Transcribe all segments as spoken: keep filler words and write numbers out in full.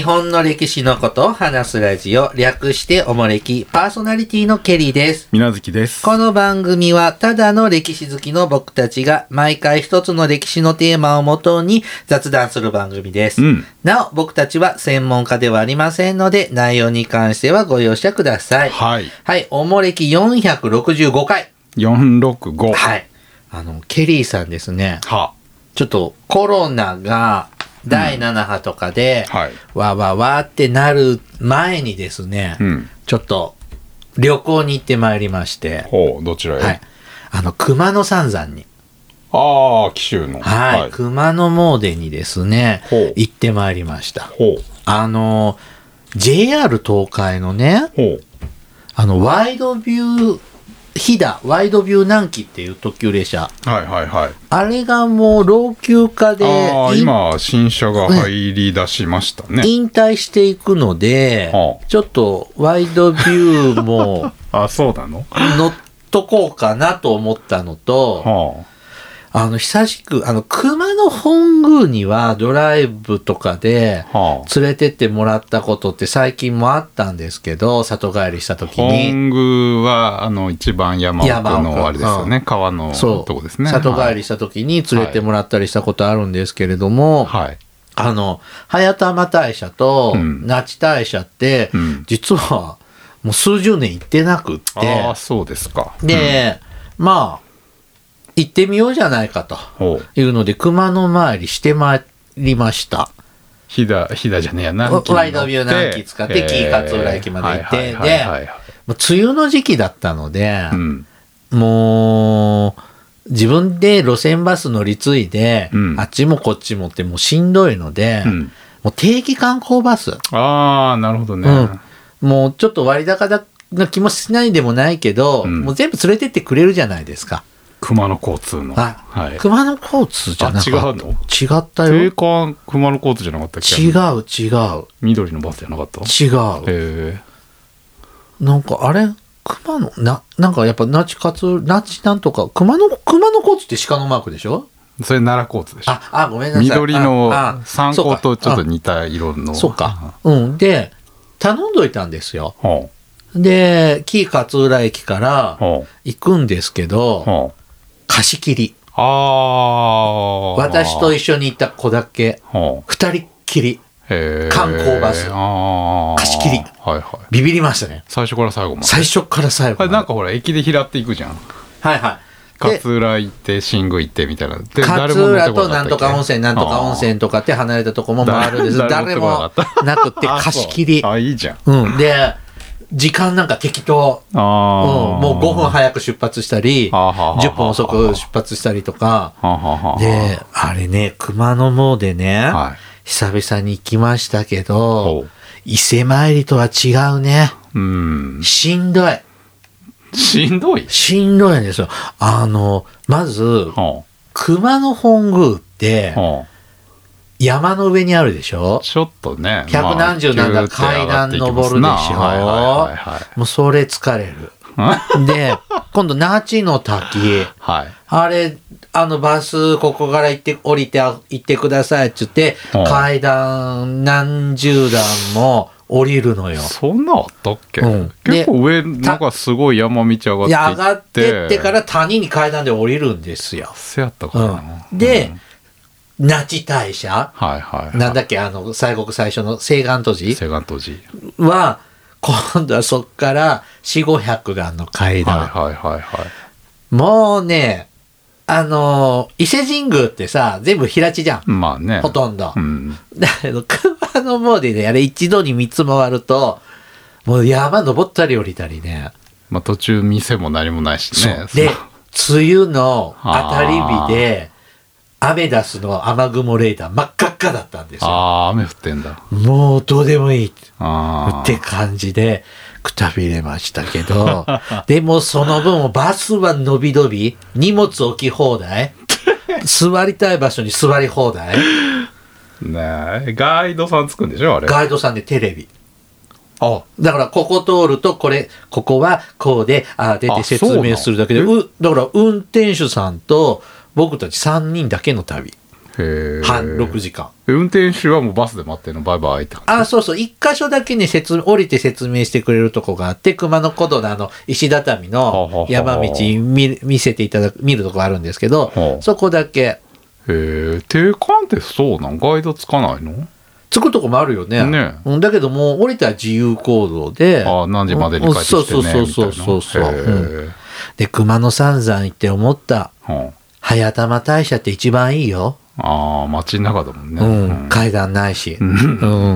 本の歴史のことを話すラジオ、略しておもれき、パーソナリティのケリーです。 みなずきです。 この番組はただの歴史好きの僕たちが毎回一つの歴史のテーマをもとに雑談する番組です。うん、なお僕たちは専門家ではありませんので、内容に関してはご容赦ください。はい。はい、おもれきよんひゃくろくじゅうごかい。 よんひゃくろくじゅうご。 はい。あの、ケリーさんですね。はちょっとコロナがだいななはとかで、うんはい、わわわってなる前にですね、うん、ちょっと旅行に行ってまいりまして。 ほう、どちらへ？ はい。あの、熊野三山に。 ああ、紀州の。 はい。はい、熊野詣にですね、行ってまいりました。ほう。あの、ジェイアール 東海のね、ほう。あの、ワイドビュー、飛騨ワイドビュー南紀っていう特急列車、はいはいはい、あれがもう老朽化であ今新車が入り出しましたね。 引退していくので、はあ、ちょっとワイドビューもあそうなの乗っとこうかなと思ったのと、はああの、久しく、あの、熊野本宮にはドライブとかで連れてってもらったことって最近もあったんですけど、里帰りした時に。 本宮は、あの、一番山奥のあれですよね、うん、川のとこですね。 里帰りした時に連れてもらったりしたことあるんですけれども、はい、あの、早玉大社と那智大社って、うん、実はもう数十年行ってなくって。 ああ、そうですか。 で、うん、まあ、行ってみようじゃないかというので熊野参りしてまいりました。 飛騨飛騨じゃねえや南紀ワイドビュー南紀使って紀伊勝浦駅まで行ってでもう梅雨の時期だったので、うん、もう自分で路線バス乗り継いで、うん、あっちもこっちもってもうしんどいので、うん、もう定期観光バスああなるほどね、 うん、もうちょっと割高な気もしないでもないけど、うん、もう全部連れてってくれるじゃないですか。 熊野交通の、 はい、熊野交通じゃなかった。 違うの？ 違ったよ。 定款熊野交通じゃなかったっけ？ 違う違う。 緑のバスじゃなかった？ 違う。へえ。なんかあれ熊野ななんかやっぱ那智勝那智なんとか熊野熊野交通って鹿のマークでしょ？ それ奈良交通でしょ？ ああごめんなさい。 緑の参考とちょっと似た色の。 そうか。うんで頼んどいたんですよ。はあ、で紀伊勝浦駅から行くんですけど。はあ貸し切り。ああ。私と一緒に行った子だけ。二人っきり。観光バス。貸し切り。はいはい。ビビりましたね。 最初から最後まで。 最初から最後まで。 なんかほら、駅で拾っていくじゃん。 はいはい。 勝浦行って、新宮行ってみたいな。 勝浦となんとか温泉、なんとか温泉とかって離れたとこも回るんです。誰もなくて貸し切り。 あ、いいじゃん。 うん。で、時間なんか適当、うん、もうごふん早く出発したりじゅっぷん遅く出発したりとかであれね熊野詣ね、はい、久々に行きましたけど伊勢参りとは違うね。うんしんどいしんどいしんどいんですよ。あのまず熊野本宮って山の上にあるでしょ。 ちょっとね百何十何段階段登るでしょ、はいはいはい、もうそれ疲れるで今度那智の滝、はい、あれあのバスここから行って降りて行ってくださいって言って、うん、階段何十段も降りるのよ。 そんなあったっけ、うん、結構上なんかすごい山道上がっていっていや上がってってから谷に階段で降りるんですよ。 せやったかな、 うん、で、うん那智大社、はいはいはい、なんだっけあの西国最初の青岩戸寺青岩戸寺は今度はそっからよん、ごひゃく段の階段、はいはいはいはい、もうねあの伊勢神宮ってさ全部平地じゃん、まあね、ほとんど、うん、だけど熊野詣であれ一度にみっつ回るともう山登ったり降りたりね、 まあ、途中店も何もないしね。 で梅雨の当たり日でアメダスの雨雲レーダー真っ赤っかだったんですよ。 ああ雨降ってんだ。 もうどうでもいいって感じでくたびれましたけどでもその分バスは伸び伸び荷物置き放題座りたい場所に座り放題ねえガイドさんつくんでしょあれ。 ガイドさんでテレビあだからここ通るとこれここはこうであ出て説明するだけでうだから運転手さんと僕たちさんにんだけの旅。 へ半ろくじかん。運転手はもうバスで待ってるのバイバイって感じ？ あ、そうそう。一箇所だけね、説降りて説明してくれるとこがあって、熊野古道のあの石畳の山道見、見せていただく見るとこあるんですけど、はあ、そこだけ。 へえ。定款ってそうなん？ガイドつかないの？ つくとこもあるよね。 ね。 だけどもう降りたら自由行動で、 あ、何時までに帰ってきてねみたいな。 そうそうそうそうそう。うん、で熊野三山行って思った。はあ、早玉大社って一番いいよ。 ああ、街の中だもんね。 うん、階段ないし、うん、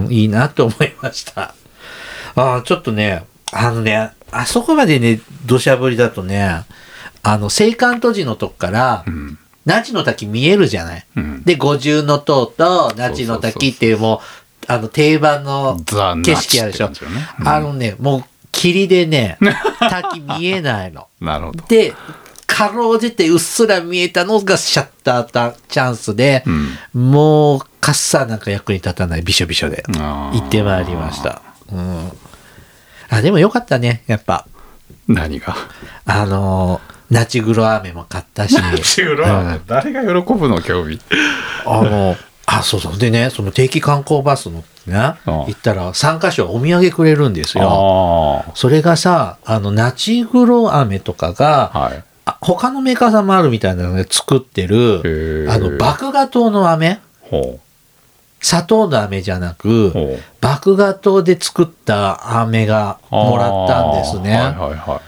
いいなと思いました。あ、ちょっとね、あのね、あそこまでね、土砂降りだとね、あの、青函都市のとこから、うん、那智の滝見えるじゃない。うん、で、五重の塔と那智の滝っていうもう、あの、定番の景色あるでしょ。ね、うん、あのね、もう、霧でね、滝見えないの。 なるほど。 で、かろうじてうっすら見えたのがシャッターチャンスで、うん、もうカッサーなんか役に立たないびしょびしょで行ってまいりました。うん、あ、でもよかったね、やっぱ。 何が？ あのナチグロ飴も買ったし。 ナチグロ飴、うん、誰が喜ぶの興味。 あのあ、そうそう。でね、その定期観光バスのね、行ったらさんかしょお土産くれるんですよ。それがさ、あのナチグロ飴とかが、はい、他のメーカーさんもあるみたいなので作ってるあの麦芽糖の飴、砂糖の飴じゃなく麦芽糖で作った飴がもらったんですね。はいはいはい、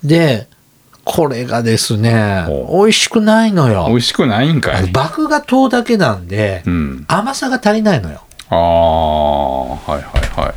でこれがですね美味しくないのよ。 美味しくないんかい。 麦芽糖だけなんで、うん、甘さが足りないのよ。 ああ、はいはいはい。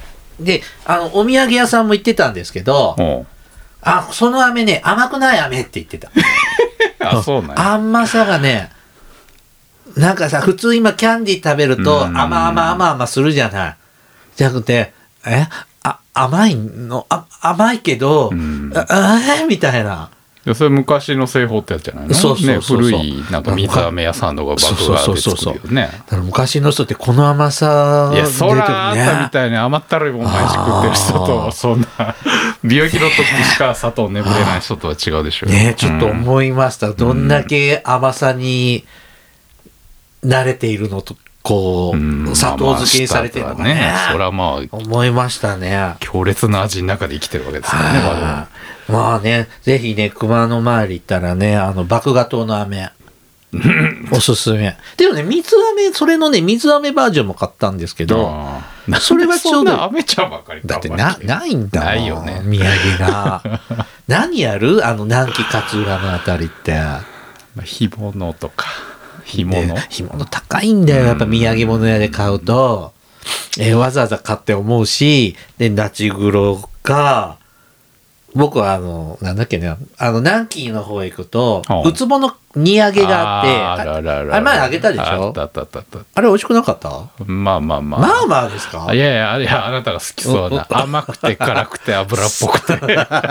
で、あのお土産屋さんも行ってたんですけど、あ、その飴ね、甘くない飴って言ってた。 あ、そうなんや。 甘さがね、なんかさ、普通今キャンディー食べると甘々甘々するじゃない。じゃなくて、えあ、甘いのあ甘いけど、うん、あえー、みたいな。 それ昔の製法ってやつじゃないの？ そうそうそうそう、 ね、古いなんか水飴屋さんとかバクガーで作るよね。 だから昔の人ってこの甘さいや、そらあったみたいに甘ったるいもん毎日食ってる人とそんな病気の時しか砂糖眠れない人とは違うでしょうね。ちょっと思いました、うん、どんだけ甘さに慣れているのとこう、うん、砂糖漬けにされてるのかね、 まあまあ、それはまあ思いましたね。 強烈な味の中で生きてるわけですからね。 まあ、まあね、ぜひね、熊野周り行ったらね、あの麦芽糖の飴おすすめ。でもね、水飴、それのね、水飴バージョンも買ったんですけど、それはちょうど飴茶ばかりだってなないんだもん。 ないよね、 土産が。何やる？あの南紀勝浦のあたりって。 干物とか。干物？ 干物高いんだよ。やっぱ土産物屋で買うと、えー、わざわざ買って思うし、でナチグロか。僕はあのなんだっけね、あの南紀の方へ行くとウツボの煮揚げがあって、あ, あ, あ, あれ前揚げたでしょ。 あったあったあったあった。 あれ美味しくなかった？ まあまあまあまあまあですか。 いやいや、あれあなたが好きそうな甘くて辛くて油っぽくて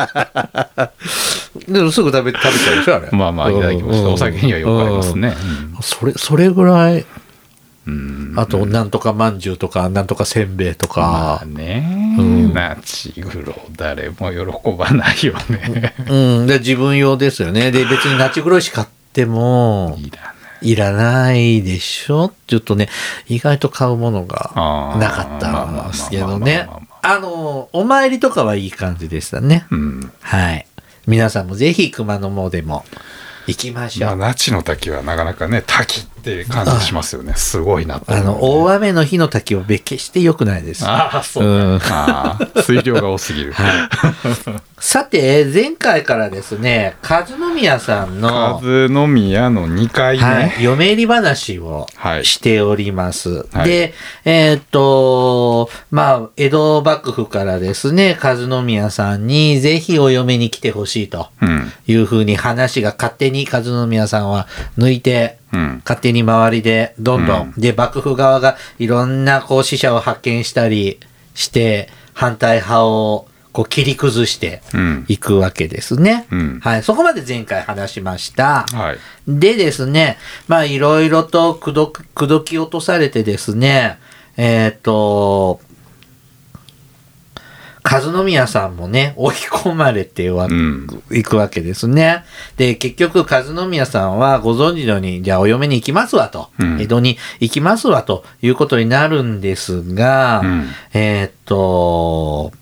でもすぐ食べ食べちゃうでしょあれ。 まあまあいただきました、うん、お酒にはよく合いますね、 うん、それそれぐらい。うんあとなんとかまんじゅうとかなんとかせんべいとか、 まあね、うん、ナチグロ誰も喜ばないよね、 うん、で自分用ですよね。で別にナチグロ石買ってもいらないいらないでしょ。ちょっとね意外と買うものがなかったんですけどね。あのお参りとかはいい感じでしたね、うん、はい皆さんもぜひ熊野詣でも行きましょう。 まあ、那智の滝はなかなかね滝って感じしますよね。すごいなと、ね、 あの大雨の日の滝は決して良くないです。 ああそう、うん、あ水量が多すぎる、はい、 さて前回からですね和宮さんの和宮のにかいめ、はい、 嫁入り話をしております、はい、でえー、っとまあ江戸幕府からですね和宮さんにぜひお嫁に来てほしいというふうに話が勝手に和宮さんは抜いて、うん、勝手に周りでどんどん、うん、で幕府側がいろんなこう死者を発見したりして反対派をこう切り崩していくわけですね、うんはい、そこまで前回話しました、はい、でですねまあいろいろと口説口説き落とされてですねえっと和宮さんもね追い込まれては、うん、いくわけですね。で結局和宮さんはご存知のようにじゃあお嫁に行きますわと、うん、江戸に行きますわということになるんですが、うん、えー、っと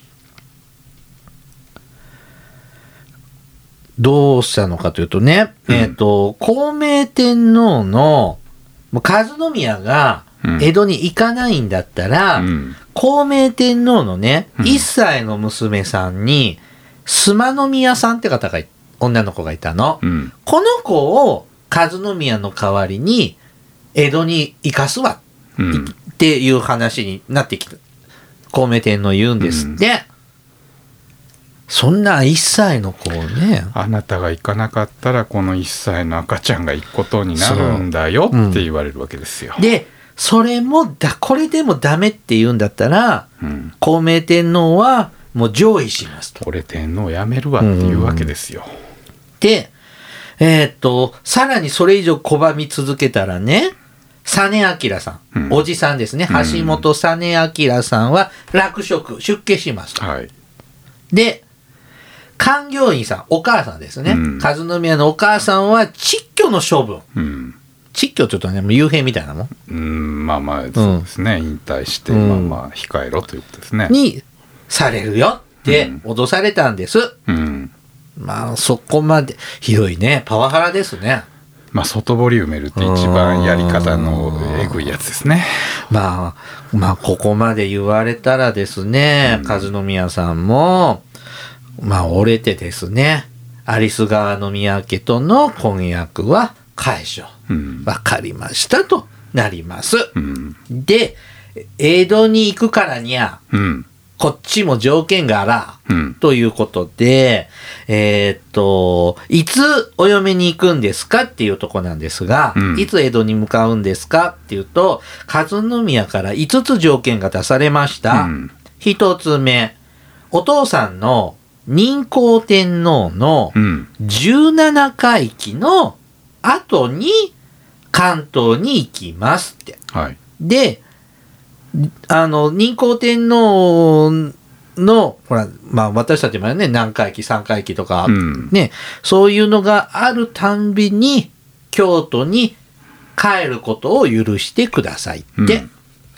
どうしたのかというとね、うん、えー、っと孝明天皇の和宮が江戸に行かないんだったら、うん孝明天皇のね、うん、いっさいの娘さんに、須磨宮さんって方が、女の子がいたの。うん、この子を和宮の代わりに、江戸に生かすわ、うん、っていう話になってきた。孝明天皇言うんですって。うん、そんないっさいの子をね。 あなたが行かなかったら、このいっさいの赤ちゃんが行くことになるんだよって言われるわけですよ。 うん、で、それもだこれでもダメって言うんだったら、うん、孝明天皇はもう上位しますと。 俺天皇やめるわっていうわけですよ。うん、 で、えー、っとさらにそれ以上拒み続けたらね、実明さん、うん、おじさんですね、橋本実明さんは落職出家しますと。はい、で寛行院さんお母さんですね、うん、和宮のお母さんは蟄居の処分。うん蟄居ちょっとね、幽閉みたいなもん。 うん、まあまあ、そうですね。うん、引退して、まあまあ、控えろということですね。 に、されるよって脅されたんです。うん。まあ、そこまで、ひどいね。パワハラですね。 まあ、外堀埋めるって一番やり方のえぐいやつですね。 まあ、まあ、ここまで言われたらですね、うん、和宮さんも、まあ、折れてですね、有栖川宮家との婚約は解消。うん、分かりましたとなります、うん、で江戸に行くからにゃ、うん、こっちも条件があら、うん、ということでえー、っといつお嫁に行くんですかっていうとこなんですが、うん、いつ江戸に向かうんですかっていうと和宮からいつつ条件が出されました、うん、ひとつめお父さんの仁孝天皇のじゅうななかいきの後に関東に行きますって。はい、で、あの仁孝天皇のほらまあ私たちもね何回忌さんかい忌とか、うん、ねそういうのがあるたんびに京都に帰ることを許してくださいって。うん、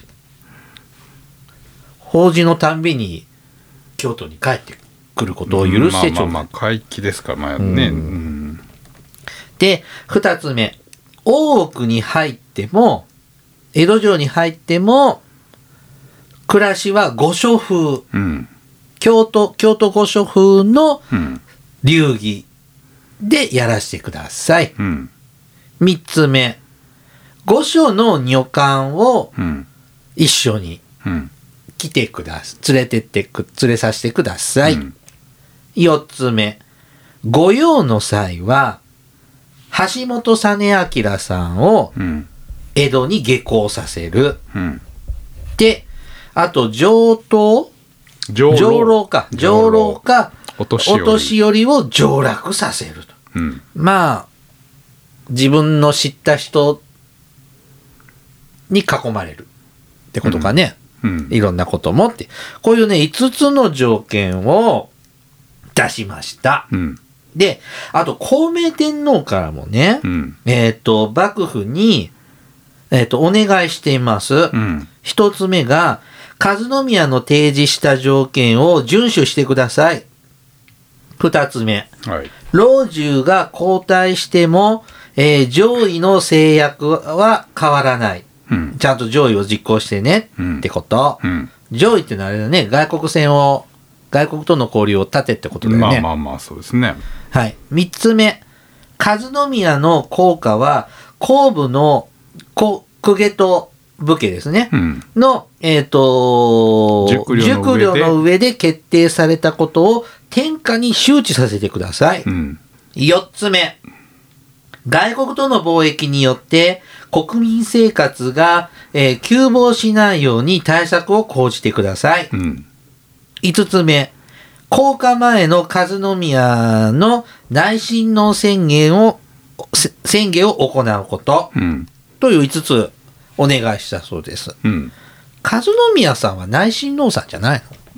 法事のたんびに京都に帰ってくることを許してちょうだい。 まあまあまあ会期ですからまあね。うんうん、 でふたつめ。大奥に入っても江戸城に入っても暮らしは御所風、うん、京都京都御所風の流儀でやらせてください、うん、みっつめ御所の女官を一緒に来てください、連れてってく連れさせてください、うん、よっつめ御用の際は橋本実明さんを江戸に下校させる、うん、であと上等上老か上老かお年寄りを上洛させると、うん、まあ自分の知った人に囲まれるってことかね、うんうん、いろんなこともってこういうねいつつの条件を出しました、うんで、あと、孝明天皇からもね、うん、えっ、ー、と、幕府に、えっ、ー、と、お願いしています。うん、一つ目が、和宮の提示した条件を遵守してください。二つ目、はい、老中が交代しても、えー、上位の制約は変わらない。うん、ちゃんと上位を実行してね、うん、ってこと。うん、上位ってのはあれだね、外国船を、外国との交流を立てってことだよね。 まあまあまあ、そうですね。 はい。三つ目。和宮の効果は、後部の公家と武家ですね。うん、の、えっ、ー、と、熟慮の上で決定されたことを天下に周知させてください。うん、四つ目。外国との貿易によって国民生活が、えー、急防しないように対策を講じてください。うん、五つ目。降下前の和宮の内親王宣言を、宣言を行うこと、うん、という五つお願いしたそうです。うん、和宮さんは内親王さんじゃないの？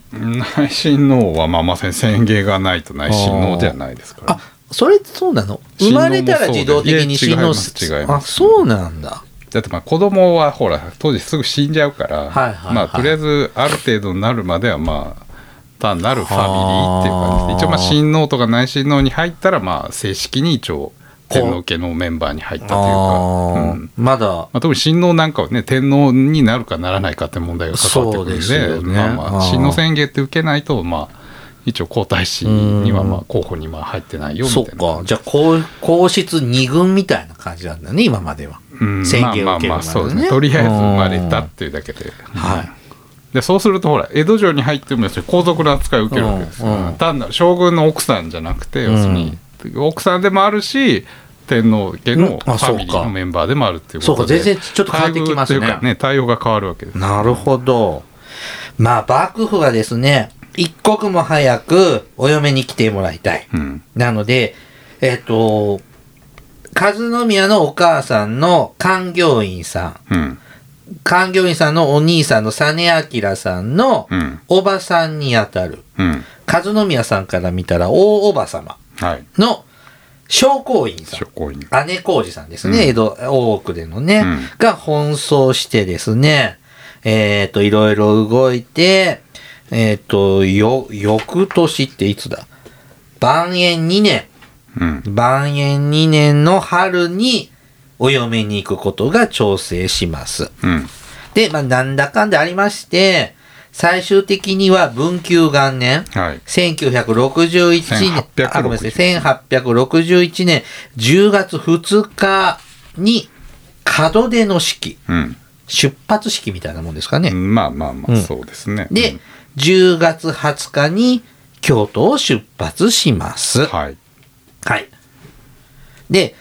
内親王はまあまさに宣言がないと内親王じゃないですから、ね、 あそれそうなの？生まれたら自動的に親王す違います違います。 あそうなんだ。 だってまあ子供はほら当時すぐ死んじゃうから、はいはいはい、まあとりあえずある程度になるまではまあ単なるファミリーっていう感じで、一応まあ親王とか内親王に入ったらまあ正式に一応天皇家のメンバーに入ったというか、 うん、まだ、まあ、特に親王なんかはね天皇になるかならないかって問題が関わってくるんで、そうですよね、まあまあ親王宣言って受けないとまあ一応皇太子にはまあ候補にまあ入ってないよみたいな。 そうか、じゃあ皇、皇室二軍みたいな感じなんだね今までは、 うん、 宣言を受けるまでね。まあまあまあそうですね、 とりあえず生まれたっていうだけで、はい、でそうするとほら江戸城に入っても要するに皇族の扱いを受けるわけです、うんうん、単なる将軍の奥さんじゃなくて、要するに奥さんでもあるし天皇家のファミリーのメンバーでもあるっていうことで、 そうか全然ちょっと変わってきますね。 待遇っていうかね対応が変わるわけです。 なるほど。まあ幕府はですね一刻も早くお嫁に来てもらいたい、うん、なのでえっと和宮のお母さんの勧業員さん、うん、勧業員さんのお兄さんの実明さんのおばさんにあたる、うん、和宮さんから見たら大おば様の正光院さん、姉小路さんですね、うん、江戸大奥でのね、うん、が奔走してですね、えっといろいろ動いて、えっとよ翌年っていつだ、万延にねん、うん、万延にねんの春にお嫁に行くことが調整します、うん、で、まあ、なんだかんだありまして最終的には文久元年、はい、せんきゅうひゃくろくじゅういちねん、あ、ごめんなさい、せんはっぴゃくろくじゅういちねんじゅうがつふつかに門出の式、うん、出発式みたいなもんですかね。 まあまあまあ、うん、そうですね。 で、じゅうがつはつかに京都を出発します。はい。はい。で、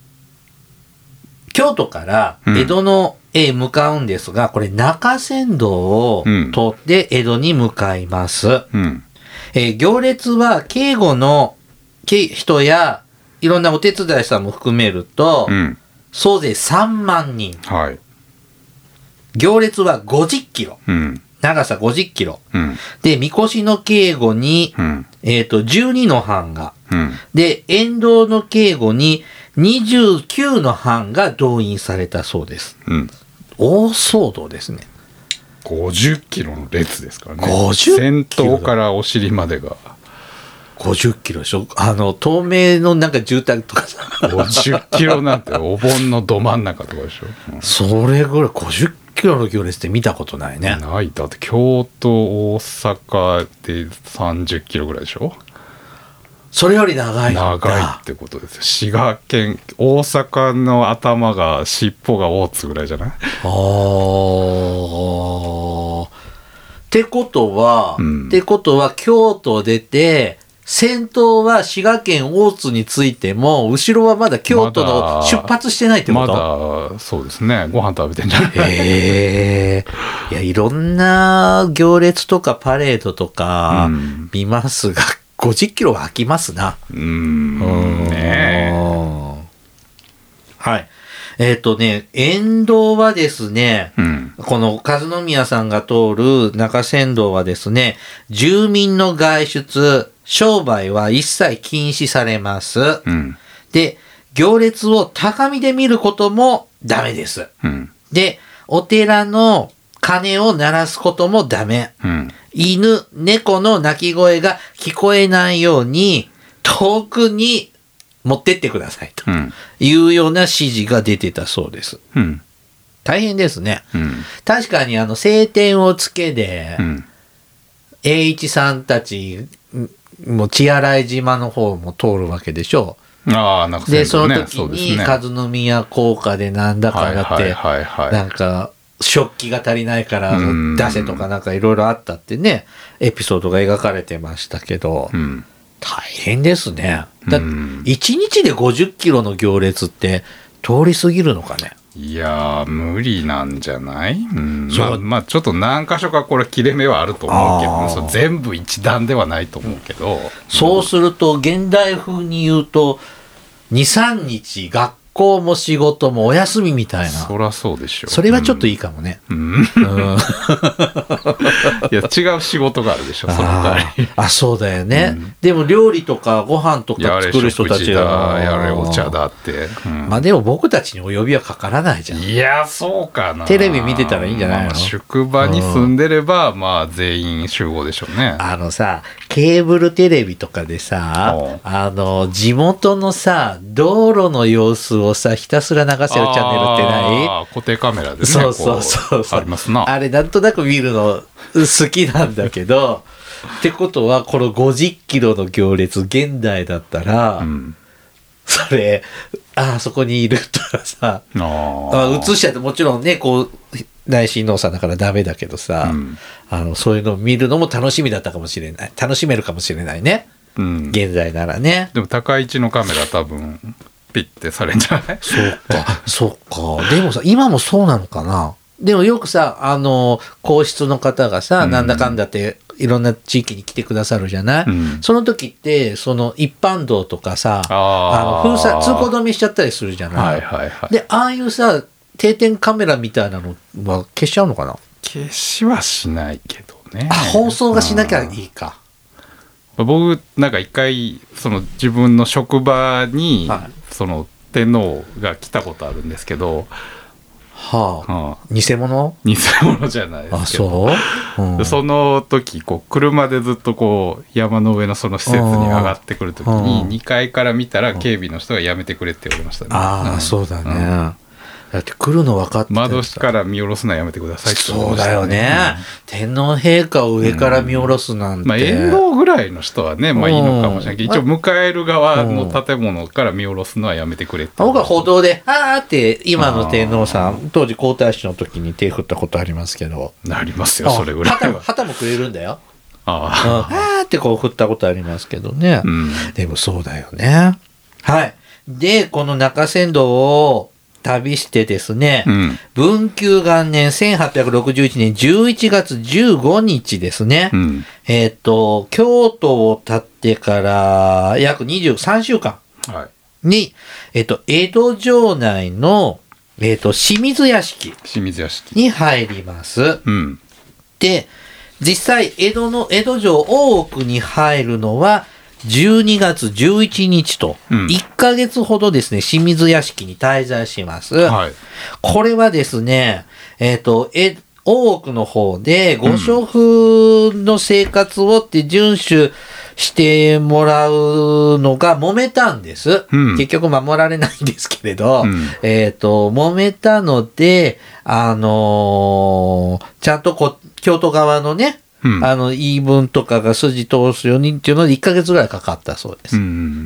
京都から江戸のへ向かうんですが、うん、これ中山道を通って江戸に向かいます。うん、えー、行列は警護の人やいろんなお手伝いさんも含めると、うん、総勢さんまんにん。はい。行列はごじゅっキロ。うん、長さごじゅっキロ。うん、で、みこしの警護に、うん、えっと、じゅうにの班が、うん、で、沿道の警護ににじゅうきゅうの班が動員されたそうです。うん、大騒動ですね。 ごじゅっキロの列ですからね。 ごじゅっキロ。 先頭からお尻までが。 ごじゅっキロでしょ。あの、透明のなんか住宅とかさ。 ごじゅっキロなんてお盆のど真ん中とかでしょ。 うん、それぐらいごじゅっキロの行列って見たことないね。 ない。だって京都、大阪でさんじゅっキロぐらいでしょ。 それより長いんだ。 長いってことですよ。滋賀県、大阪の頭が尻尾が大津ぐらいじゃない？あー。ってことは、うん、ってことは京都出て先頭は滋賀県大津についても後ろはまだ京都の出発してないってこと？ まだそうですね。ご飯食べてんじゃない？ へー。いや、いろんな行列とかパレードとか見ますが、うん、ごじゅっキロは空きますな。うーん。ねえ。はい。えっとね、沿道はですね、うん、この和宮さんが通る中山道はですね、住民の外出、商売は一切禁止されます。うん、で、行列を高みで見ることもダメです。うん、で、お寺の鐘を鳴らすこともダメ。うん、犬、猫の鳴き声が聞こえないように遠くに持ってってくださいというような指示が出てたそうです。うん、大変ですね。うん、確かにあの晴天をつけで、うん、栄一さんたちも血洗島の方も通るわけでしょう。ああ、なんかそうですね。で、その時に和宮効果でなんだかだって、なんか食器が足りないから出せとかなんかいろいろあったってね、エピソードが描かれてましたけど、うん、大変ですね。だいちにちでごじゅっキロの行列って通り過ぎるのかね。 いやー無理なんじゃない？うん、まあ、まあちょっと何箇所かこれ切れ目はあると思うけど、そう全部一段ではないと思うけど、うん、 そうすると現代風に言うとにさんにち学校も仕事もお休みみたいな。 そりゃそうでしょ。 それはちょっといいかもね。うん。うん、 いや違う仕事があるでしょ。その代わり。 あ、そうだよね、うん。でも料理とかご飯とか作る人たちはやれお茶だって。 うん、まあでも僕たちにお呼びはかからないじゃん。 いやそうかな。 テレビ見てたらいいんじゃないの？まあ、 職場に住んでれば、うん、まあ全員集合でしょうね。 あのさケーブルテレビとかでさ、あの地元のさ道路の様子をさひたすら流せるチャンネルってない？ あ固定カメラですね。 そうそうそうそう。 ありますな。 あれなんとなく見るの好きなんだけどってことはこのごじゅっキロの行列現代だったら、うん、それあそこにいるとかさあ映しちゃってもちろんねこう内親王さんだからダメだけどさ、うん、あのそういうのを見るのも楽しみだったかもしれない楽しめるかもしれないね、うん、現在ならね。 でも高い位置のカメラ多分ピッてされんじゃない？ そうかそうか。でもさ今もそうなのかな。でもよくさあの皇室の方がさ、うん、なんだかんだっていろんな地域に来てくださるじゃない、うん、その時ってその一般道とかさあの封鎖通行止めしちゃったりするじゃない、はいはいはい、でああいうさ定点カメラみたいなのは消しちゃうのかな？ 消しはしないけどね。 あ放送がしなきゃいいか。 僕なんか一回その自分の職場に、はい、その天皇が来たことあるんですけど、 はあ、はあ、偽物？ 偽物じゃないですけど、 あそう、うん、 その時こう車でずっとこう山の上のその施設に上がってくる時ににかいから見たら警備の人がやめてくれって言われましたね。 ああ、うん、そうだね、うんだって来るの分かって窓から見下ろすのはやめてくださいって言ってましたね。そうだよね、うん、天皇陛下を上から見下ろすなんて、うんまあ、沿道ぐらいの人はね、まあ、いいのかもしれないけど、うん、一応迎える側の建物から見下ろすのはやめてくれって、 うん、僕は歩道であーって今の天皇さん当時皇太子の時に手振ったことありますけど。 なりますよそれぐらいは。 旗もくれるんだよ。 ああ、うん、あーってこう振ったことありますけどね、うん、でもそうだよね。はいでこの中山道を旅してですね、うん、文久元年せんはっぴゃくろくじゅういちねんじゅういちがつじゅうごにちですね、うん、えっ、ー、と京都を経ってから約にじゅうさんしゅうかんに、はい、えっ、ー、と江戸城内の、えー、と清水屋敷に入ります、うん、で実際江戸の江戸城大奥に入るのはじゅうにがつじゅういちにちといっかげつほどですね、清水屋敷に滞在します、はい、これはですねえっ、ー、とえ大奥の方でご所夫の生活をって遵守してもらうのが揉めたんです、うん、結局守られないんですけれど、うん、えっ、ー、と揉めたのであのー、ちゃんとこ京都側のねうん、あの言い分とかが筋通すようにっていうのでいっかげつぐらいかかったそうです、うん、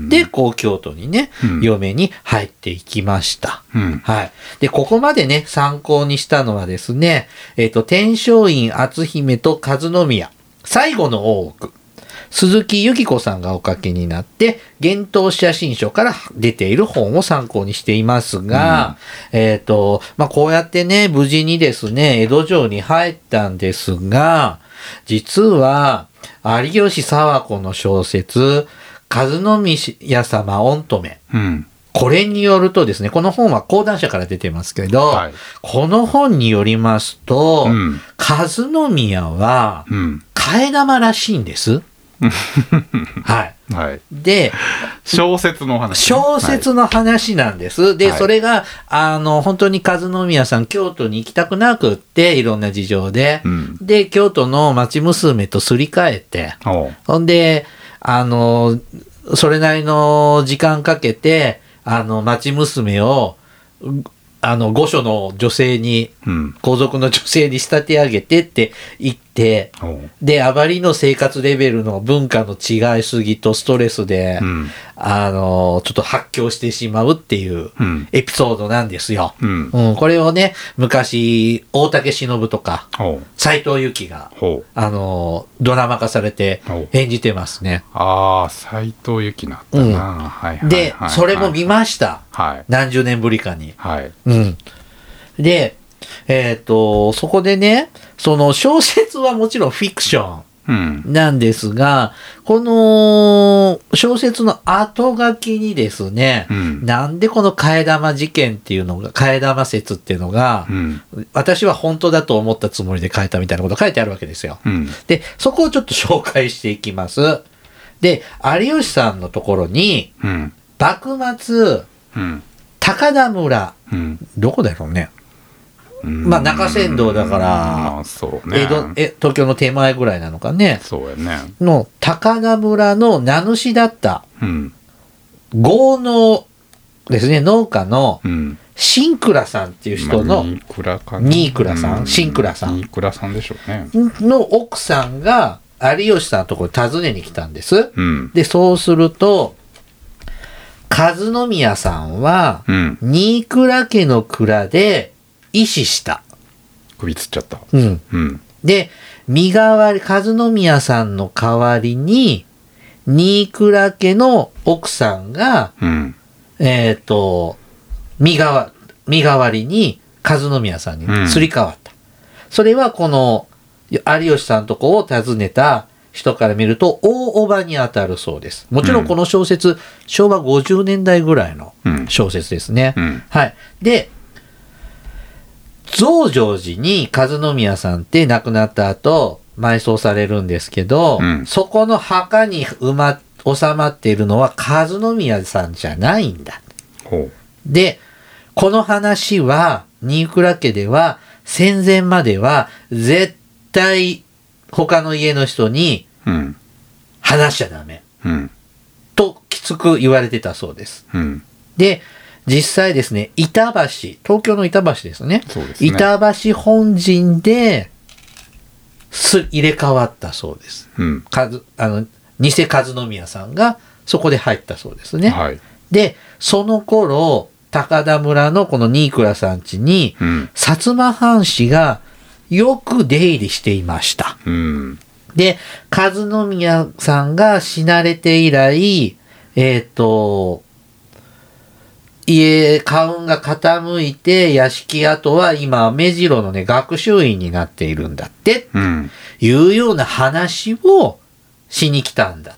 でこう京都にね、うん、嫁に入っていきました、うん、はいでここまでね参考にしたのはですねえっ、ー、と天璋院篤姫と和宮最後の大奥鈴木由紀子さんがお書きになって幻冬写真書から出ている本を参考にしていますが、うん、えっ、ー、とまあこうやってね無事にですね江戸城に入ったんですが実は有吉佐和子の小説和宮様御留、うん、これによるとですねこの本は講談社から出てますけど、はい、この本によりますと、うん、和宮は替え玉らしいんです、はい、はい、で小説の話、 小説の話なんです、はい、でそれがあの本当に和宮さん京都に行きたくなくっていろんな事情で、うん、で京都の町娘とすり替えてほんであのそれなりの時間かけてあの町娘をあの御所の女性に、うん、皇族の女性に仕立て上げてって言って、であまりの生活レベルの文化の違いすぎとストレスで、うん、あのちょっと発狂してしまうっていうエピソードなんですよ、うんうん、これをね昔大竹しのぶとか斉藤由貴があのドラマ化されて演じてますね。 ああ斉藤由貴なったな、うんはいはい、 で、はい、それも見ました、はい、何十年ぶりかに、はいうん、でえっ、ー、とそこでねその小説はもちろんフィクションなんですが、この小説の後書きにですね、うん、なんでこの替え玉事件っていうのが、替え玉説っていうのが、うん、私は本当だと思ったつもりで書いたみたいなこと書いてあるわけですよ。うん、で、そこをちょっと紹介していきます。で、有吉さんのところに、うん、幕末、うん、高田村、うん、どこだろうね。まあ中山道だから、そうね、江戸え東京の手前ぐらいなのかね。 そうやね。 の高田村の名主だった、うん、豪農ですね、農家の新倉さんっていう人の、新倉かな、新倉さん、新倉さん。 新倉さんでしょうね。 の奥さんが有吉さんのところに訪ねに来たんです。うん、で、そうすると、和宮さんは、うん、新倉家の蔵で、縊死した。 首つっちゃった。 うん。うん、で、身代わり、和宮さんの代わりに、新倉家の奥さんが、うん、えっ、ー、と、身代わ、身代わりに和宮さんにすり替わった。うん、それはこの、有吉さんのとこを訪ねた人から見ると、大叔母に当たるそうです。もちろんこの小説、うん、しょうわごじゅうねんだいぐらいの小説ですね。うん、はい。で、増上寺に和宮さんって亡くなった後埋葬されるんですけど、うん、そこの墓に埋ま収まっているのは和宮さんじゃないんだ。で、この話は新倉家では戦前までは絶対他の家の人に話しちゃダメ、うん、ときつく言われてたそうです。うん、で実際ですね、板橋、東京の板橋ですね。そうですね。板橋本陣です入れ替わったそうです。うん、かずあの偽和宮さんがそこで入ったそうですね。はい、で、その頃、高田村のこの新倉さん家に、うん、薩摩藩士がよく出入りしていました。うん、で、和宮さんが死なれて以来、えっと、家、家運が傾いて、屋敷跡は今、目白のね、学習院になっているんだって、うん、いうような話をしに来たんだって。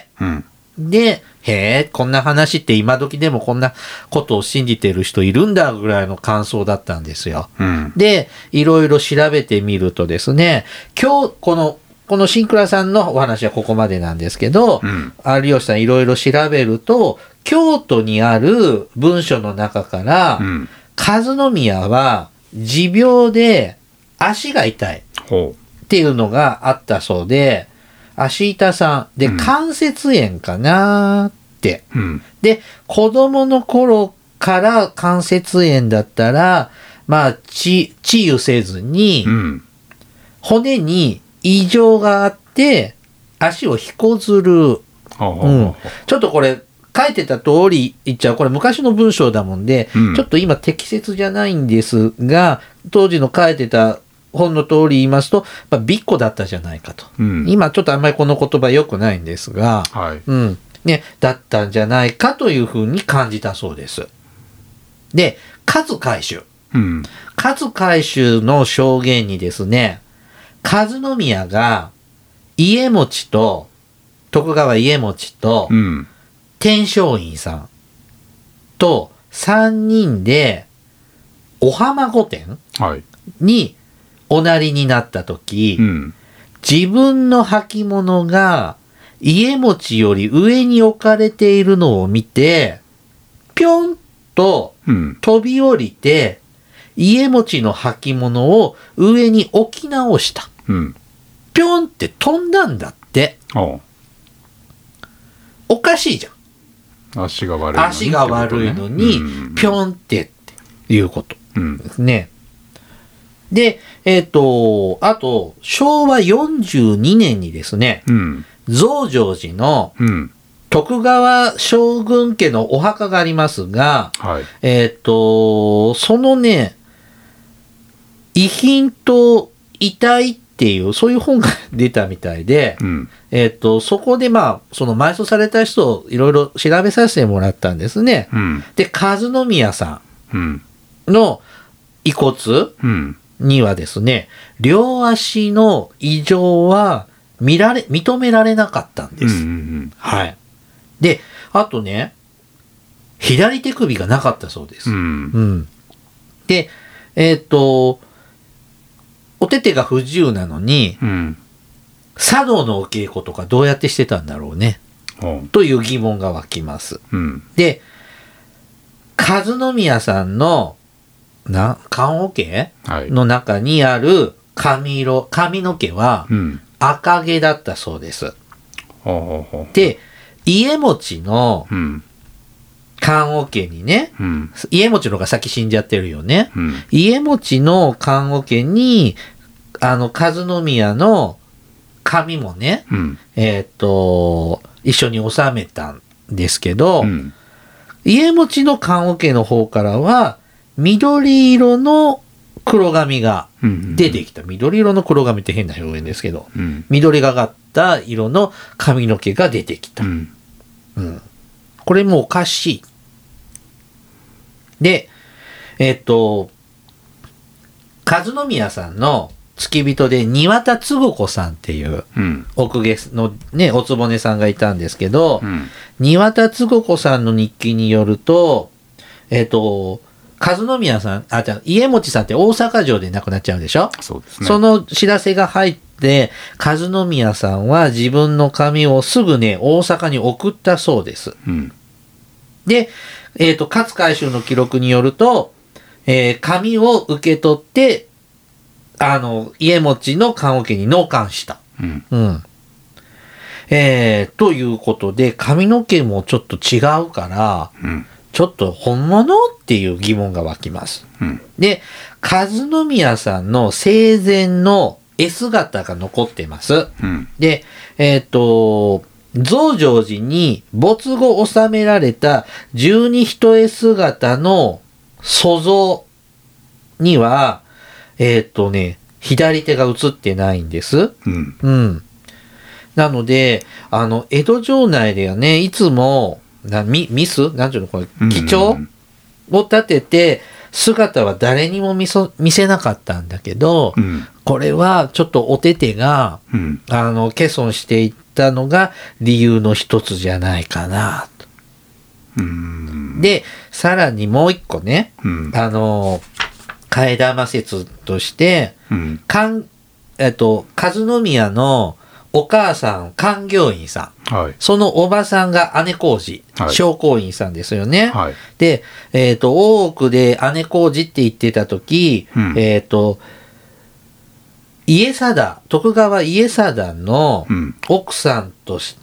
うん、で、へえ、こんな話って今時でもこんなことを信じてる人いるんだぐらいの感想だったんですよ。うん、で、いろいろ調べてみるとですね、今日、この、この新倉さんのお話はここまでなんですけど、うん、有吉さんいろいろ調べると、京都にある文書の中から、うん、和宮は持病で足が痛いっていうのがあったそうで、足痛さんで、うん、関節炎かなって、うん、で子供の頃から関節炎だったらまあ治癒せずに、うん、骨に異常があって足をひこずる、うん、ちょっとこれ書いてた通り言っちゃう。これ昔の文章だもんで、うん、ちょっと今適切じゃないんですが、当時の書いてた本の通り言いますと、まあ、びっこだったじゃないかと、うん。今ちょっとあんまりこの言葉良くないんですが、はい、うん。ね、だったんじゃないかというふうに感じたそうです。で、勝海舟。うん、勝海舟の証言にですね、和宮が家持と、徳川家持と、うん天璋院さんとさんにんでお浜御殿におなりになったとき、はいうん、自分の履物が家持より上に置かれているのを見てぴょんと飛び降りて、うん、家持の履物を上に置き直した、うん、ぴょんって飛んだんだって。お、おかしいじゃん。 足が悪いのに、 足が悪いのに、ぴょんってっていうことですね。うん、で、えっ、ー、と、あと、しょうわよんじゅうにねんにですね、うん、増上寺の徳川将軍家のお墓がありますが、はい、えっ、ー、と、そのね、遺品と遺体っていう、そういう本が出たみたいで、うんえっと、そこでまあ、その埋葬された人をいろいろ調べさせてもらったんですね。うん、で、和宮さんの遺骨にはですね、両足の異常は見られ認められなかったんです、 うんうんうん、 はい。であとね左手首がなかったそうです、 うんうん、 でえっ、ー、とお手手が不自由なのに、うん、茶道のお稽古とかどうやってしてたんだろうね、うん、という疑問が湧きます、うん、で和宮さんのな棺桶の中にある髪色髪の毛は赤毛だったそうです、うん、で家持の棺桶にね、うん、家持のが先死んじゃってるよね、うん、家持の棺桶にあの和宮の髪もね、うん、えっと一緒に収めたんですけど、うん、家持の棺桶の方からは緑色の黒髪が出てきた、うんうんうん、緑色の黒髪って変な表現ですけど、うん、緑がかった色の髪の毛が出てきた、うんうん、これもおかしい。でえっと和宮さんの付き人で庭田嗣子さんっていう奥下のねお局さんがいたんですけど、うん、庭田嗣子さんの日記によるとえっと和宮さんあじゃ家持さんって大阪城で亡くなっちゃうでしょ。 そうですね。 その知らせが入って和宮さんは自分の髪をすぐね大阪に送ったそうです、うん、で、えっと勝海舟の記録によると、えー、髪を受け取ってあの家持の棺桶に納棺した、うんうんえー、ということで髪の毛もちょっと違うから、うん、ちょっと本物っていう疑問が湧きます、うん、で和宮さんの生前の絵姿が残ってます、うん、でえっ、ー、と増上寺に没後収められた十二一重姿の塑像にはえっ、ー、とね左手が映ってないんです、うんうん、なのであの江戸城内ではねいつもな ミ, ミスなんていうのこれ記帳を立てて姿は誰にも 見, そ見せなかったんだけど、うん、これはちょっとお手手が、うん、あの欠損していったのが理由の一つじゃないかなと、うん、でさらにもう一個ね、うん、あの替え玉説として、うん、かんえっと和宮のお母さん勧業員さん、はい、そのおばさんが姉小路正光院さんですよね、はい、で、えーと、大奥で姉小路って言ってた時、うん、えっと家定徳川家定の奥さんとして、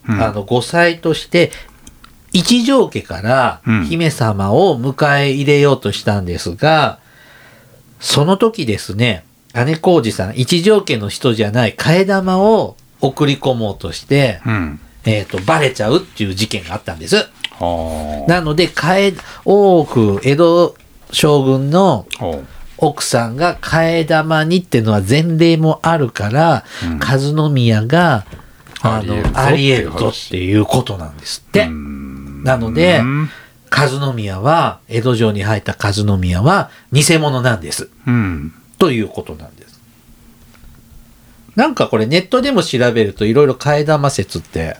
うん、あの後妻として一条家から姫様を迎え入れようとしたんですが、その時ですね姉小路さん一条家の人じゃない替え玉を送り込もうとして、うんえー、とバレちゃうっていう事件があったんです。なので替え大奥江戸将軍の奥さんが替え玉にっていうのは前例もあるから、うん、和宮があのありえるぞっていうことなんですって。なので和宮は江戸城に入った和宮は偽物なんです、うん、ということなんです。なんかこれネットでも調べるといろいろ替え玉説って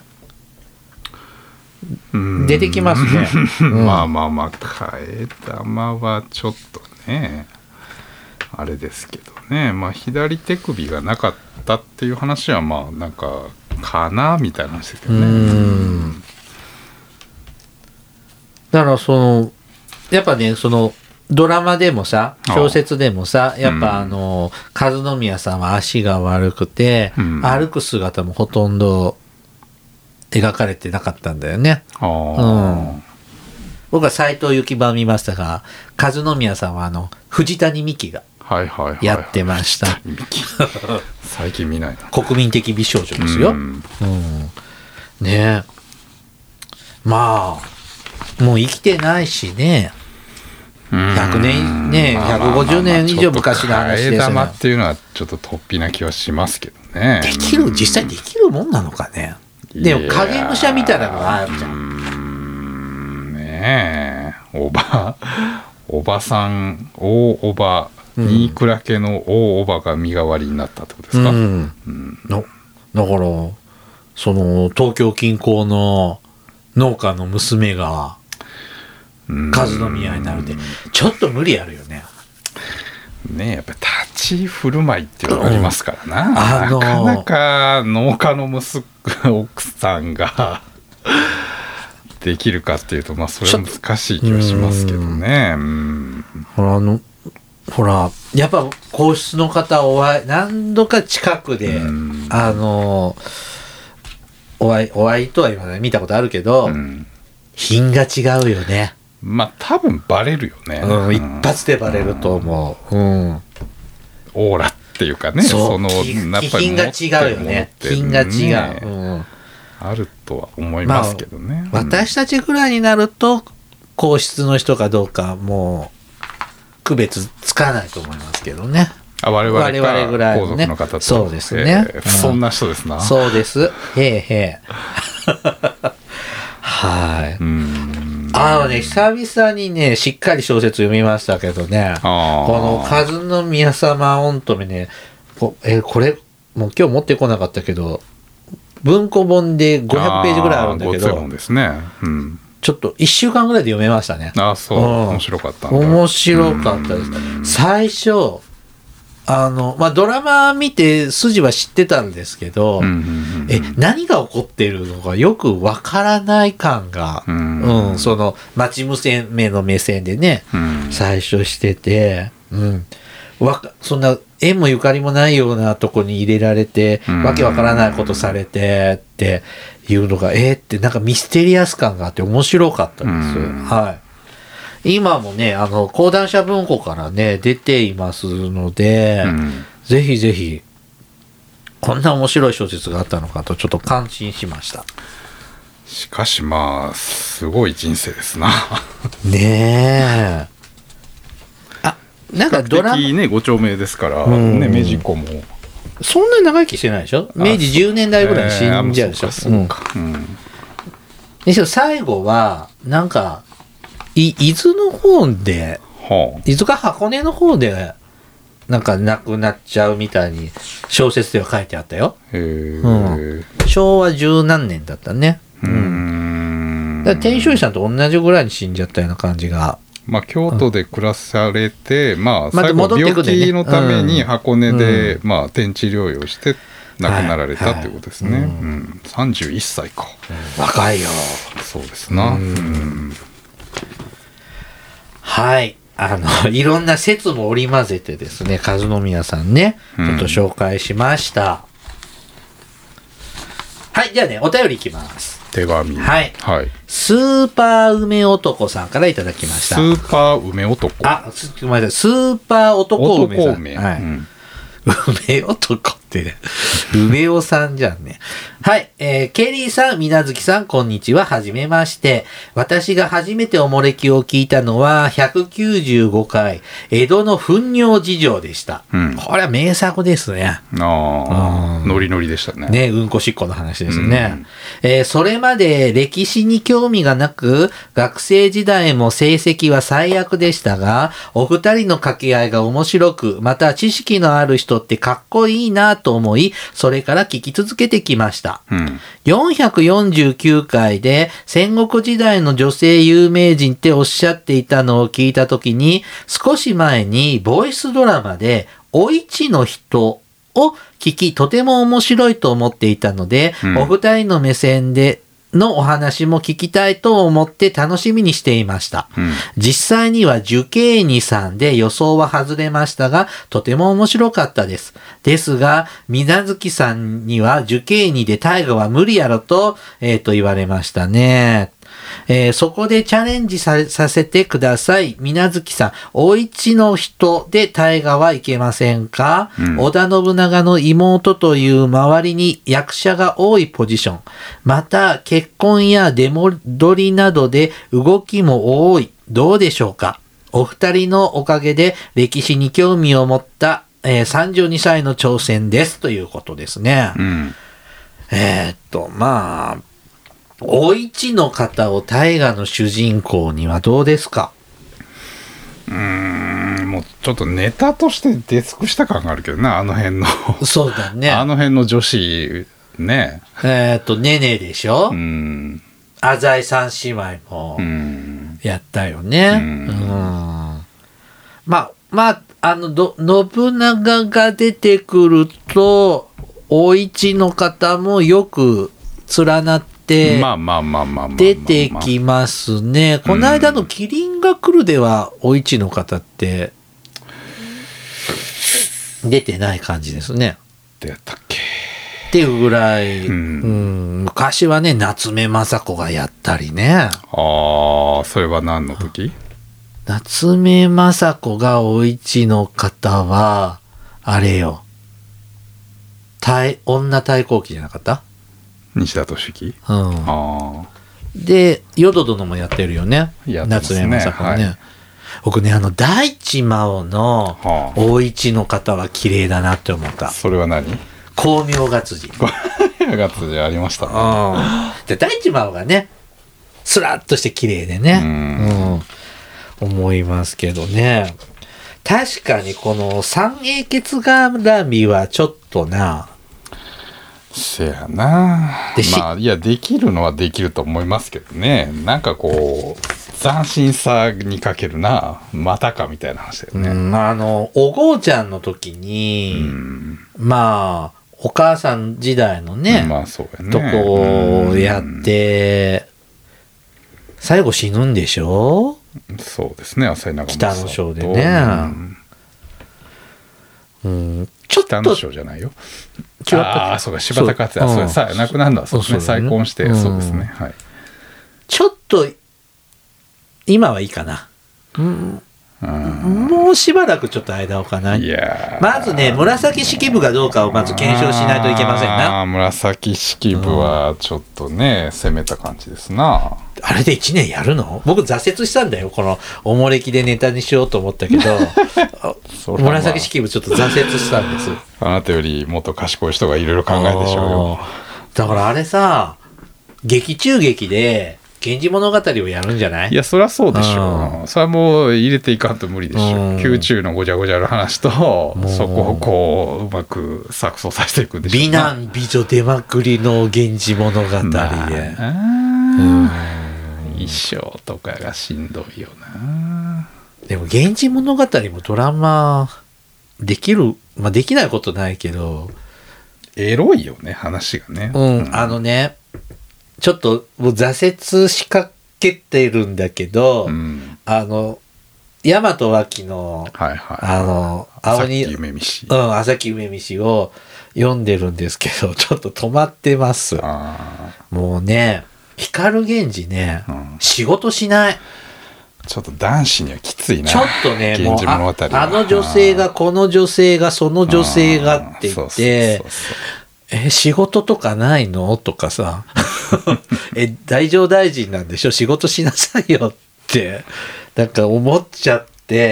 出てきますね、 うん、まあまあまあ替え玉はちょっとねあれですけどね、まあ左手首がなかったっていう話はまあなんかかなみたいな話ですけどね。うんだからそのやっぱねそのドラマでもさ小説でもさやっぱあの、うん、和宮さんは足が悪くて、うん、歩く姿もほとんど描かれてなかったんだよね、うん、僕は斎藤幸番見ましたが和宮さんはあの藤谷美紀がやってました、はいはいはいはい、 最近見ないな。 国民的美少女ですよ、うんうん、ねえまあもう生きてないしねひゃくねんねひゃくごじゅうねん以上昔の話ですよね。替え玉っていうのはちょっと突飛な気はしますけどね。 できる実際できるもんなのかね。でも影武者みたいなのがあるじゃん。うーんねえおばおばさん大おば新倉家の大おばが身代わりになったってことですか。うん、 うん、のだからその東京近郊の農家の娘が和宮になるってちょっと無理あるよね。 ねえ、やっぱり立ち振る舞いっていうのがありますからな、うん、あのー、なかなか農家の息子奥さんができるかっていうと、まあそれは難しい気がしますけどね。うん、 ほらあのほらやっぱ皇室の方お会い何度か近くで、うん、あのお会いお会いとは言わない見たことあるけど、うん、品が違うよね。 まあ多分バレるよね、 うん、一発でバレると思う、うん、 オーラっていうかね、 そのやっぱり品が違うよね。品が違う、うん、 あるとは思いますけどね、 まあ、私たちぐらいになると皇室の人かどうかもう区別つかないと思いますけどね。 あ、我々か我々ぐらいの、ね、 皇族の方と、 そうですね、 えー、そんな人ですな。 そうです。へえへえはい。うん、あのね、久々にね、しっかり小説読みましたけどね、この和宮様御留ね、こえこれもう今日持ってこなかったけど文庫本でごひゃくページぐらいあるんだけど、 ごつい本ですね、うん、 ちょっといっしゅうかんぐらいで読めましたね。 ああ、そう、うん、面白かったんだ。 面白かったです。最初あの、まあ、ドラマ見て筋は知ってたんですけど、うんうんうんうん、え何が起こっているのかよくわからない感が、うんうん、その町娘の目線でね、うん、最初してて、うん、わそんな縁もゆかりもないようなとこに入れられて、うん、わけわからないことされてっていうのがえー、ってなんかミステリアス感があって面白かったです、うん、はい。今もね、あの講談社文庫からね出ていますので、うん、ぜひぜひこんな面白い小説があったのかとちょっと感心しました。 しかしまあすごい人生ですなねえ。あ、なんかドラマ比較的ねご長命ですから、うん、ね、メジコもそんなに長生きしてないでしょ。明治じゅうねんだいぐらいに死んじゃうでしょ。でしょ、最後はなんかい伊豆の方で、はあ、伊豆か箱根の方でなんか亡くなっちゃうみたいに小説では書いてあったよ。へー、うん、昭和十何年だったね。うん、だから天正院さんと同じぐらいに死んじゃったような感じが。 まあ、京都で暮らされて、うん、まあ最後病気のために箱根で、うん、まあ天地療養して亡くなられたということですね。はいはい、うんうん、さんじゅういっさいか、 うん、若いよ。 そうですな。うんうん、 はい、あのいろんな説も織り交ぜてですね、和宮さんねちょっと紹介しました。うん、はい、じゃあねお便りいきます。 手紙、 はい、はい、スーパー梅男さんからいただきました。 スーパー梅男、 あ、すごめんなさい、スーパー男梅さん、 男梅、はい、うん、 梅男ってね、梅尾さんじゃんね。はい、えー、ケリーさん、みなずきさん、こんにちは。はじめまして。私が初めておもれきを聞いたのはひゃくきゅうじゅうごかい江戸の糞尿事情でした。うん、これは名作ですね。 ああ、ノリノリでしたね。 ね、うんこしっこの話ですね。うん、えー、それまで歴史に興味がなく、学生時代も成績は最悪でしたが、お二人の掛け合いが面白く、また知識のある人ってかっこいいなと思い、それから聞き続けてきました。うん、よんひゃくよんじゅうきゅうかいで戦国時代の女性有名人っておっしゃっていたのを聞いたときに、少し前にボイスドラマでお市の人を聞き、とても面白いと思っていたので、うん、お二人の目線でのお話も聞きたいと思って楽しみにしていました。うん、実際には受刑二さんで予想は外れましたが、とても面白かったです。ですが、みなずきさんには受刑二で大河は無理やろと、えー、と言われましたね。えー、そこでチャレンジ さ, させてください。みなずきさん、お市の人で大河はいけませんか？うん、織田信長の妹という周りに役者が多いポジション。また、結婚や出戻りなどで動きも多い。どうでしょうか？お二人のおかげで歴史に興味を持った、えー、さんじゅうにさいの挑戦です。ということですね。うん、えー、っと、まあ、お市の方を大河の主人公にはどうですか？ うーん、もうちょっとネタとして出尽くした感があるけどな、あの辺のそうだね、 あの辺の女子ねえっとねねでしょ、 うん、 浅井三姉妹もやったよね、うん、うん、まあまああのど信長が出てくるとお市の方もよく連なって出てきますね。この間のキリンが来るではお市の方って出てない感じですね。 出たっけっていうぐらい、うんうん、昔はね夏目雅子がやったりね。ああ、それは何の時？ 夏目雅子がお市の方はあれよ、女太閤記じゃなかった？ 西田敏行、 うん、あで淀殿もやってるよね、ね、夏目雅子ね、はい、僕ねあの大地真央の大市の方は綺麗だなって思った。 それは何？ 光明月次光明月次ありましたね。 で大地真央がねスラッとして綺麗でね、うん、うん、思いますけどね。確かにこの三英傑絡みはちょっとな、 せやな、まあいやできるのはできると思いますけどね、なんかこう斬新さに欠けるな、またかみたいな話だよね。 うん、あのおごうちゃんの時に、うん、まあお母さん時代のね、 まあそうやね、 とこをやって、うん、最後死ぬんでしょ。 そうですね、浅井長政北の章でね、うんうん、ちょっと北の章じゃないよ。ああ、そうか、柴田勝也、そうや、さあ亡くなるんだ、そうですね、再婚して、うん、そうですね、はい。 ちょっと今はいいかな。うん、もうしばらくちょっと間をかな。いやまずね、紫式部がどうかをまず検証しないといけませんな。 あ紫式部はちょっとね、うん、攻めた感じですな。 あれでいちねんやるの？僕挫折したんだよ、このおもれきでネタにしようと思ったけど紫式部ちょっと挫折したんです。 あなたよりもっと賢い人がいろいろ考えでしょうよ。 だからあれさ、劇中劇で源氏物語をやるんじゃない？ いや、そりゃそうでしょう。それはもう入れていかんと無理でしょう。宮中のごちゃごちゃの話とそこをこううまく錯綜させていくんでしょう。 美男美女出まくりの源氏物語で、まあ、衣装とかがしんどいよな。 でも源氏物語もドラマできる、まあできないことないけどエロいよね、話がね。 うん、うん、あのね、ちょっともう挫折しかけてるんだけど、うん、あの大和脇の、はいはい、あの朝木梅見し、 うん、朝木梅見しを読んでるんですけど、ちょっと止まってます。もうね、光源氏ね、うん、仕事しない。 ちょっと男子にはきついな。 ちょっとね、もう あ, あの女性がこの女性がその女性がって言って、え仕事とかないのとかさえ大乗大臣なんでしょ、仕事しなさいよってなんか思っちゃって、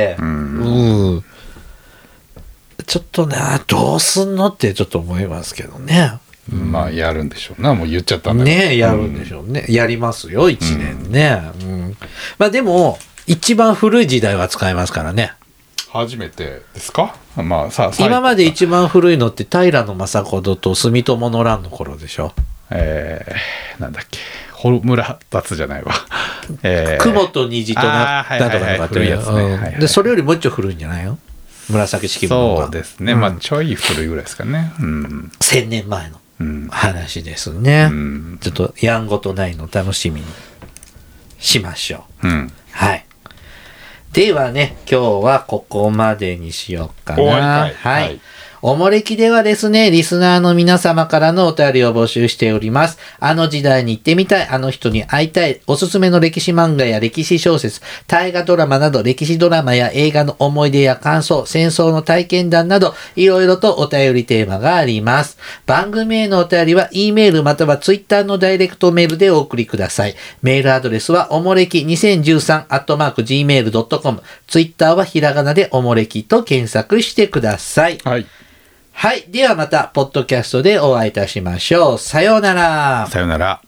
うん、うん、ちょっとな、どうすんのってちょっと思いますけどね。 うん、まあやるんでしょうな、もう言っちゃったんだね、やるんでしょうね、うん、やりますよいちねんね、うんうん、まあでも一番古い時代は使えますからね。 初めてですか？まあ、さ今まで一番古いのって平将門と住友の乱の頃でしょ。 えー、なんだっけ、穂村達じゃないわ、 えー、雲と虹となったとかっていうやつね。でそれよりもうちょい古いんじゃないよ、紫式部の方が。 そうですね、うん、まあちょい古いぐらいですかね、うん、 せんねんまえの話ですね、うん、ちょっとやんごとないの楽しみにしましょう、うん、はい。ではね、今日はここまでにしようかな。はい。はい。おもれきではですね、リスナーの皆様からのお便りを募集しております。あの時代に行ってみたい、あの人に会いたい、おすすめの歴史漫画や歴史小説、大河ドラマなど歴史ドラマや映画の思い出や感想、戦争の体験談など、いろいろとお便りテーマがあります。番組へのお便りは E メールまたは Twitter のダイレクトメールでお送りください。メールアドレスはおもれきにせんじゅうさんアットマークジーメールドットコム、Twitter はひらがなでおもれきと検索してください。はい。はい。ではまた、ポッドキャストでお会いいたしましょう。さようなら。 さようなら。